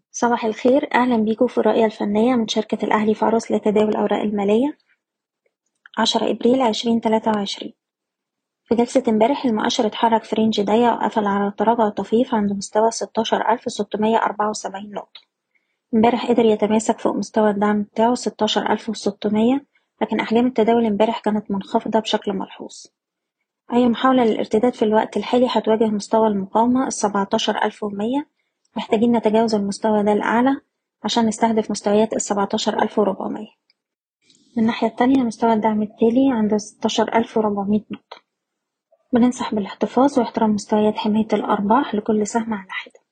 صباح الخير، أهلا بيكم في الرؤية الفنية من شركة الأهلي فارس لتداول الأوراق المالية 10 أبريل 2023. في جلسة امبارح المؤشر اتحرك في رينج ضيق وقفل على تراجع طفيف عند مستوى 16674 نقطة. امبارح قدر يتماسك فوق مستوى الدعم بتاعه 16600، لكن أحجام التداول امبارح كانت منخفضة بشكل ملحوظ. أي محاولة للارتداد في الوقت الحالي هتواجه مستوى المقاومة 17100. محتاجين نتجاوز المستوى ده الأعلى عشان نستهدف مستويات 17400. من الناحية التانية مستوى الدعم التالي عند 16400 نقطة. بننصح بالاحتفاظ واحترام مستويات حماية الأرباح لكل سهم على حدة.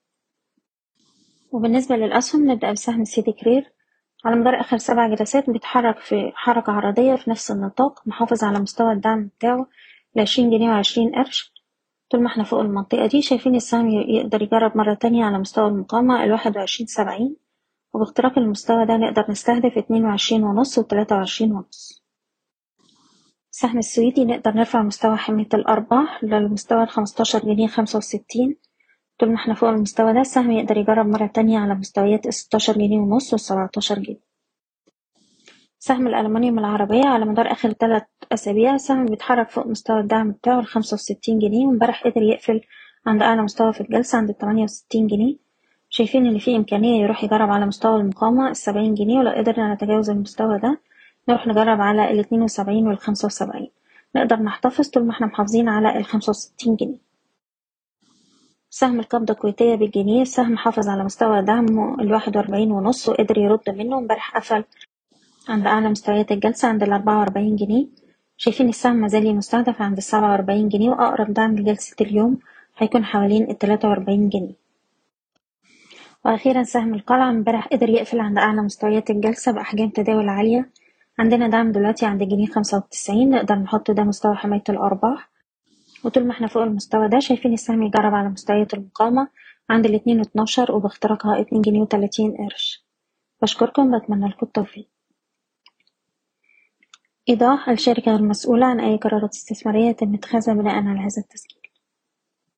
وبالنسبة للأسهم نبدأ بسهم سيدي كرير. على مدار آخر 7 جلسات بيتحرك في حركة عرضية في نفس النطاق، محافظ على مستوى الدعم بتاعه 20 جنيه و20 قرش. طول ما احنا فوق المنطقة دي شايفين السهم يقدر يجرب مرة تانية على مستوى المقاومة 21.70، وباختراق المستوى ده نقدر نستهدف 22.5 و23.5. السهم السويدي نقدر نرفع مستوى حماية الأرباح للمستوى 15 جنيه 65. طول ما احنا فوق المستوى ده السهم يقدر يجرب مرة تانية على مستويات 16 جنيه ونص و17 جنيه. سهم الألمنيوم العربية على مدار آخر 3 أسابيع السهم بيتحرك فوق مستوى الدعم بتاعه 65 جنيه، وامبارح قدر يقفل عند أعلى مستوى في الجلسة عند 68 جنيه. شايفين إن في إمكانية يروح يجرب على مستوى المقاومة 70 جنيه، ولو قدرنا نتجاوز المستوى ده نروح نجرب على 72 وال75. نقدر نحتفظ طول ما احنا محافظين على 65 جنيه. سهم القبضة الكويتية بالجنيه السهم حافظ على مستوى دعمه 41.5 وقدر يرد منه. امبارح قفل عند أعلى مستويات الجلسة عند 44 جنيه. شايفين السهم مازال مستهدف عند 47 جنيه، وأقرب دعم لجلسة اليوم هيكون حوالين 43 جنيه. وأخيرا سهم القلعة امبارح قدر يقفل عند أعلى مستويات الجلسة بأحجام تداول عالية. عندنا دعم دلوقتي عند 1.95 نقدر نحط ده مستوى حماية الأرباح، وطول ما احنا فوق المستوى ده شايفين السهم يجرب على مستويات المقاومة عند 2.12 وباختراقها 2 جنيه و30 قرش. بشكركم، بتمنى لكم التوفيق. إيضاح: الشركة غير مسؤولة عن أي قرارات استثمارية يتم اتخاذها بناءً على هذا التسجيل.